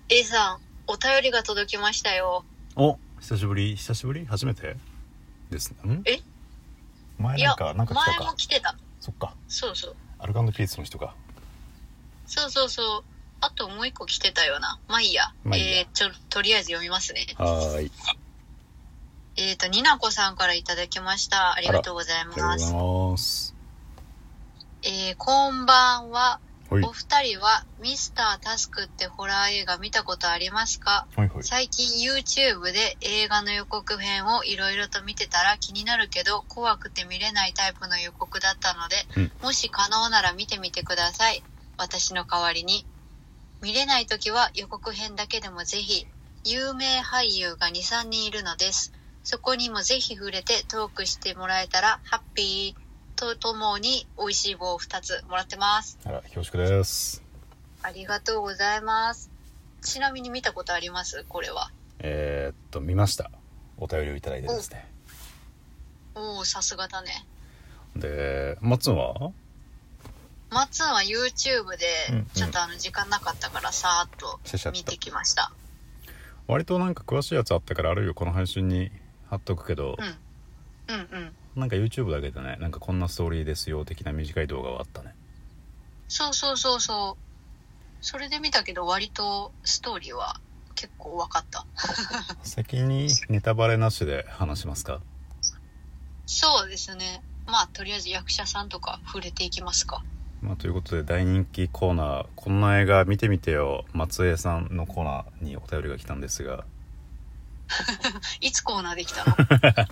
A さん、お便りが届きましたよ。 お、久しぶり初めてですね。 え前いや、 なんか来た前か。 も来てた。 そっか。 そうそう。 アルカンドピースの人か。 そうそうそう。あともう一個来てたよな。まあいいや。とりあえず読みますね。 はーい。 になこさんからいただきました。ありがとうございありがとうございます。 ます。 こんばんは。 はいお二人はミスタータスクってホラー映画見たことありますか？ はいはい。 最近 YouTube で映画の予告編をいろいろと見てたら気になるけど怖くて見れないタイプの予告だったので、もし可能なら見てみてください。私の代わりに。見れないときは予告編だけでもぜひ。有名俳優が 2,3 人いるのです。そこにもぜひ触れてトークしてもらえたらハッピー。とともに美味しい棒を2つもらってます。 あら、恐縮です。 ありがとうございます。ちなみに見たことあります？これは。 見ました。お便りをいただいてですね。 おー、さすがだね。 で、松は松は YouTube でちょっと時間なかったからさーっと見てきました。 割となんか詳しいやつあったから、あるいはこの配信に貼っとくけど、なんか YouTube だけでね、なんかこんなストーリーですよ的な短い動画はあったね。 そうそう。それで見たけど割とストーリーは結構分かった。 先にネタバレなしで話しますか？ そうですね。まあとりあえず役者さんとか触れていきますか。 ということで大人気コーナー、こんな映画見てみてよ松江さんのコーナーにお便りが来たんですがいつコーナーできたの？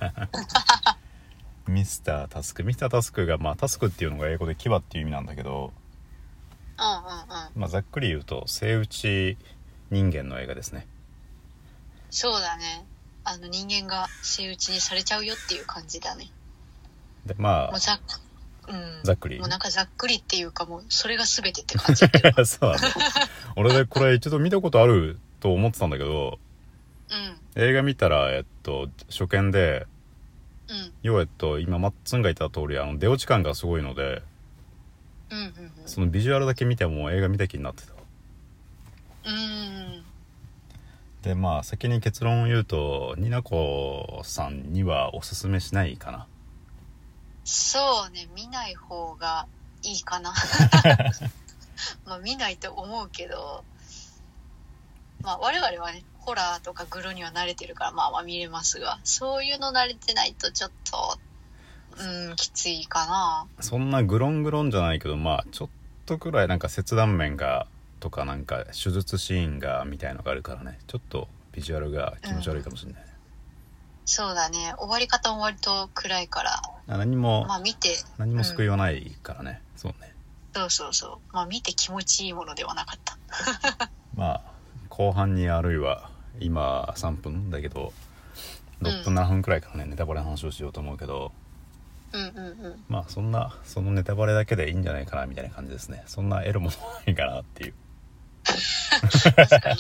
ミスタータスクが、タスクっていうのが英語で牙っていう意味なんだけど、ざっくり言うとセイウチ人間の映画ですね。 そうだね。人間がセイウチにされちゃうよっていう感じだね。 でもうざっくり。もうなんかざっくりっていうかもうそれが全てって感じだけど。 そうだね。俺でこれ一度見たことあると思ってたんだけど、映画見たら初見で、要は今マッツンが言った通り出落ち感がすごいので、そのビジュアルだけ見ても映画見た気になってた。で先に結論を言うと、ニナコさんにはおすすめしないかな。 そうね、見ない方がいいかな。見ないと思うけど、我々はねホラーとかグロには慣れてるから見れますが、そういうの慣れてないとちょっときついかな。 そんなグロンじゃないけど、ちょっとくらいなんか切断面がとかなんか手術シーンがみたいのがあるからね、ちょっとビジュアルが気持ち悪いかもしれない、 そうだね。終わり方も割と暗いから何も見て何も救いはないからね、そうね。 そう見て気持ちいいものではなかった。 後半に、あるいは今3分だけど6分7分くらいからね、ネタバレの話をしようと思うけど、そのネタバレだけでいいんじゃないかなみたいな感じですね。そんな得るものないかなっていう。 確かに。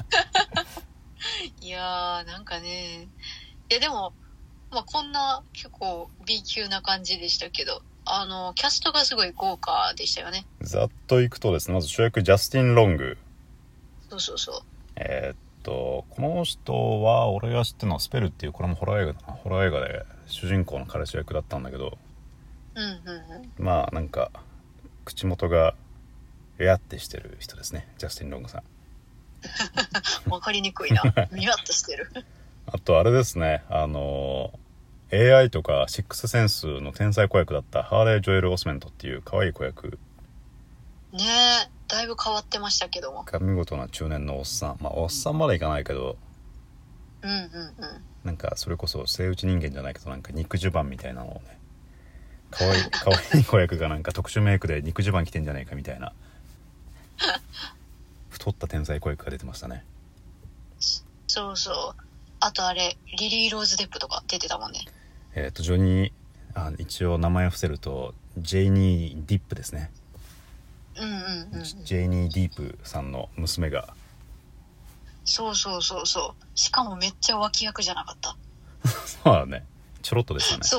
いやーなんかね、いやでもこんな結構 B 級な感じでしたけど、キャストがすごい豪華でしたよね。 ざっといくとですね、まず主役ジャスティン・ロング。 そうこの人は俺が知ってるのはスペルっていう、これもホラー映画だな。ホラー映画で主人公の彼氏役だったんだけど、なんか口元がエアってしてる人ですね、ジャスティン・ロングさん。 わかりにくいな。ミラッとしてる。 あとあれですね、AI とかシックスセンスの天才子役だったハーレー・ジョエル・オスメントっていう可愛い子役ねえ、だいぶ変わってましたけども、 見事な中年のおっさん。おっさんまでいかないけど、なんかそれこそセイウチ人間じゃないけど、なんか肉襦袢みたいなのをね、可愛い子役がなんか特殊メイクで肉襦袢着てんじゃないかみたいな太った天才子役が出てましたね。 そうあとあれリリー・ローズ・デップとか出てたもんね。 ジョニー、一応名前を伏せるとジェイニー・ディップですね。ジェイニー・ディープさんの娘が。 そうしかもめっちゃ脇役じゃなかった？ そうだね、ちょろっとでしたね。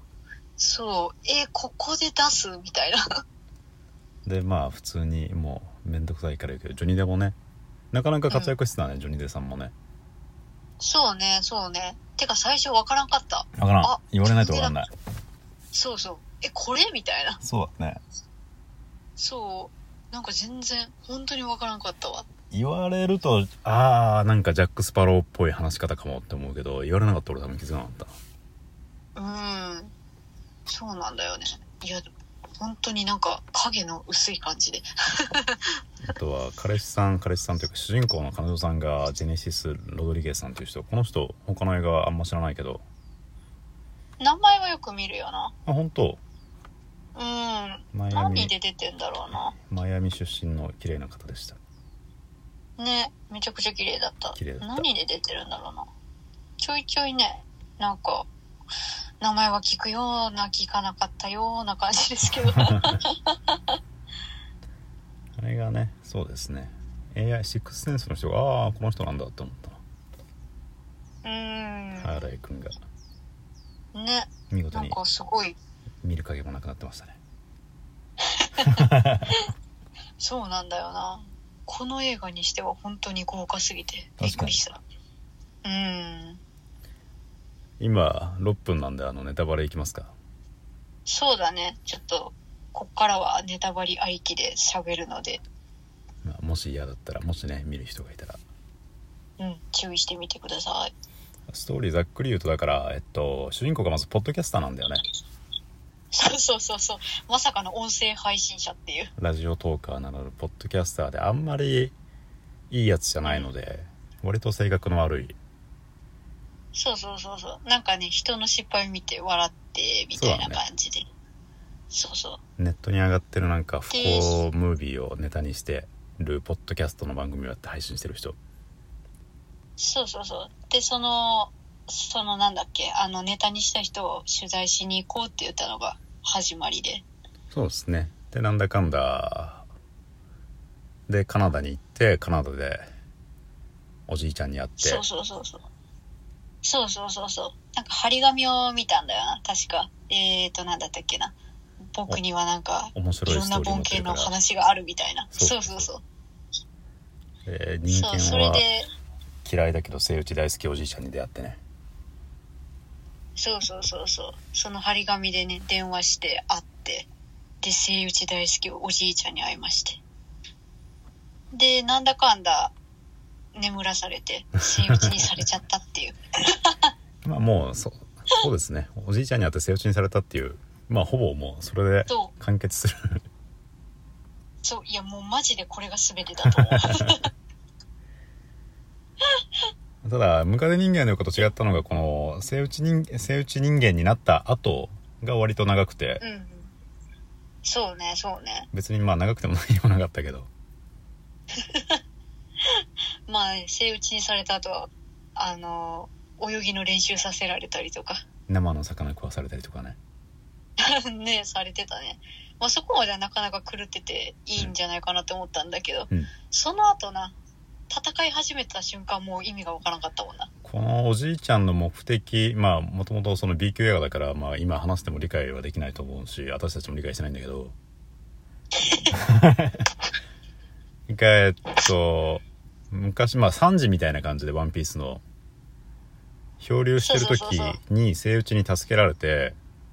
ここで出すみたいな。 で普通にもうめんどくさいから言うけど、ジョニー・デもねなかなか活躍してたね、ジョニー・デさんもね。 そうね。てか最初わからんかった。 わからん。言われないとわかんない。 そう。これみたいな。 そうだね。 そう。なんか全然本当にわからんかったわ。 言われるとなんかジャック・スパローっぽい話し方かもって思うけど、言われなかったら俺多分気づかなかった。 そうなんだよね。いや本当になんか影の薄い感じであとは彼氏さんというか主人公の彼女さんがジェネシス・ロドリゲスさんという人。この人他の映画あんま知らないけど名前はよく見るよな。 本当？ 何で出てんだろうな。 マイアミ出身の綺麗な方でしたね。めちゃくちゃ綺麗だった。何で出てるんだろうな。ちょいちょいね、なんか名前は聞くような聞かなかったような感じですけどあれがね、そうですね、 AI シックスセンスの人がこの人なんだって思ったハーライ君がね、 見事になんかすごい見る影もなくなってましたねそうなんだよな。この映画にしては本当に豪華すぎてびっくりした。 今6分なんでネタバレいきますか。 そうだね。ちょっとこっからはネタバレありきで喋るので、 もし嫌だったら、もしね見る人がいたら注意してみてください。 ストーリーざっくり言うと、だから主人公がまずポッドキャスターなんだよね。 そうまさかの音声配信者っていうラジオトーカーならぬポッドキャスターで、あんまりいいやつじゃないので、割と性格の悪い。 そうなんかね、人の失敗見て笑ってみたいな感じで、そうネットに上がってるなんか不幸ムービーをネタにしてるポッドキャストの番組をやって配信してる人。 そうで、そのなんだっけ、ネタにした人を取材しに行こうって言ったのが始まりで。 そうですね。でなんだかんだでカナダに行って、カナダでおじいちゃんに会って、 そうなんか張り紙を見たんだよな、確か。なんだったっけな、僕にはなんか面白いいろんな盆景の話があるみたいな。そう人間は嫌いだけどセイウチ大好きおじいちゃんに出会ってね。 そうその張り紙でね、電話して会って、でセイウチ大好きおじいちゃんに会いまして、でなんだかんだ眠らされてセイウチにされちゃったっていうもうそうですね、おじいちゃんに会ってセイウチにされたっていう、ほぼもうそれで完結するそういやもうマジでこれが全てだと思うただムカデ人間の横と違ったのが、このセイウチ人間になった後が割と長くて、 そうね別に長くても何もなかったけどセイウチにされた後は泳ぎの練習させられたりとか、 生の魚食わされたりとかねね、されてたね。そこまではなかなか狂ってていいんじゃないかなって思ったんだけど、その後な、戦い始めた瞬間もう意味がわからなかったもんな。 このおじいちゃんの目的、もともとその B 級映画だから、今話しても理解はできないと思うし、私たちも理解してないんだけど一回昔3時みたいな感じでワンピースの漂流してる時にセイウチに助けられて、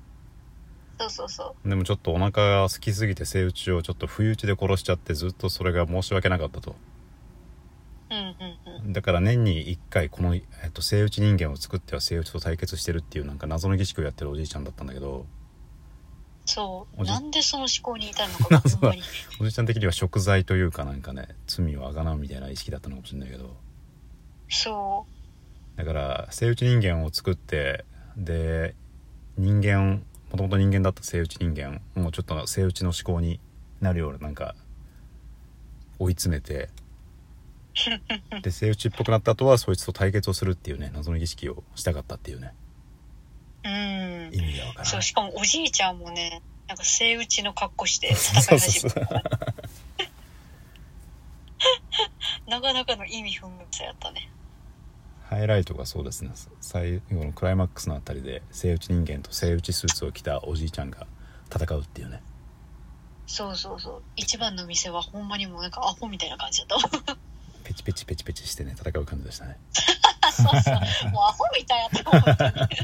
でもちょっとお腹が空きすぎてセイウチをちょっと不意打ちで殺しちゃって、ずっとそれが申し訳なかったと。だから年に1回この、セイウチ人間を作ってはセイウチと対決してるっていうなんか謎の儀式をやってるおじいちゃんだったんだけど、 なんでその思考に至るのかほんまにおじいちゃん的には贖罪というかなんかね、罪をあがなうみたいな意識だったのかもしれないけど、だからセイウチ人間を作って、で人間、もともと人間だったセイウチ人間もうちょっとセイウチの思考になるようななんか追い詰めてでセイウチっぽくなった後はそいつと対決をするっていうね、謎の儀式をしたかったっていうね。意味がわからない。 しかもおじいちゃんもね、なんかセイウチの格好して戦い始めたなかなかの意味不明さやったね。 ハイライトがそうですね、最後のクライマックスのあたりでセイウチ人間とセイウチスーツを着たおじいちゃんが戦うっていうね。 一番の店はほんまにもうなんかアホみたいな感じだったペチペチペチペチしてね戦う感じでしたねそうそう、もうアホみたいやった本当に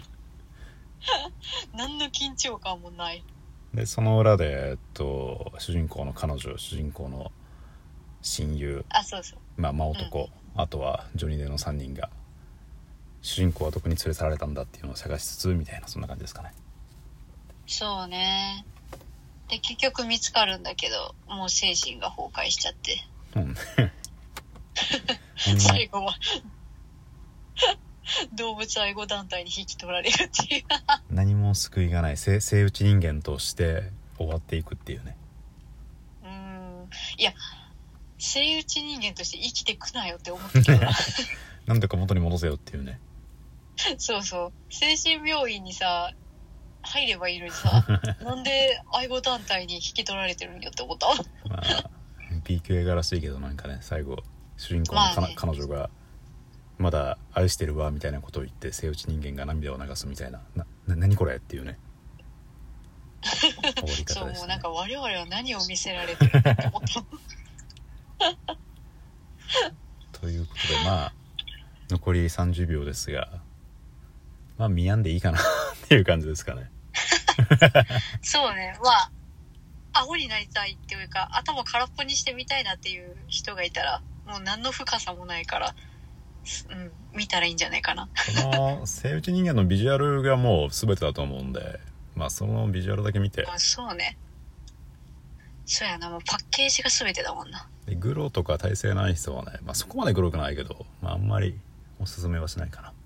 何の緊張感もない。 でその裏で、主人公の彼女、主人公の親友、 そうそう、 まあ真男、あとはジョニー・デの3人が主人公はどこに連れ去られたんだっていうのを探しつつみたいな、そんな感じですかね。 そうね。で結局見つかるんだけど、もう精神が崩壊しちゃって、最後は動物愛護団体に引き取られるっていう何も救いがない生打ち人間として終わっていくっていうね。 いや、生打ち人間として生きてくなよって思ってたからなんとか元に戻せよっていうね。 そうそう、精神病院にさ入ればいいのにさなんで愛護団体に引き取られてるんよって思ったまあ B 級映画らしいけど、なんかね、最後主人公の彼女がまだ愛してるわみたいなことを言って生打ち人間が涙を流すみたいな、何これっていうね終わり方でしたね。 そう、もうなんか我々は何を見せられてるんだって思ったということで、まあ残り30秒ですが、まあ見やんでいいかなっていう感じですかねそうね、まあアホになりたいっていうか頭空っぽにしてみたいなっていう人がいたら、もう何の深さもないから、見たらいいんじゃないかな。 この生打ち人間のビジュアルがもう全てだと思うんで、まあそのビジュアルだけ見て。 そうね、そうやな、もうパッケージが全てだもんな。 でグロとか体勢ない人はね、まあそこまでグロくないけど、まああんまりおすすめはしないかな。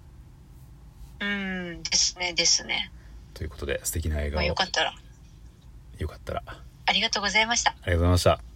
ですね。 ということで素敵な映画を、 よかったらありがとうございました。 ありがとうございました。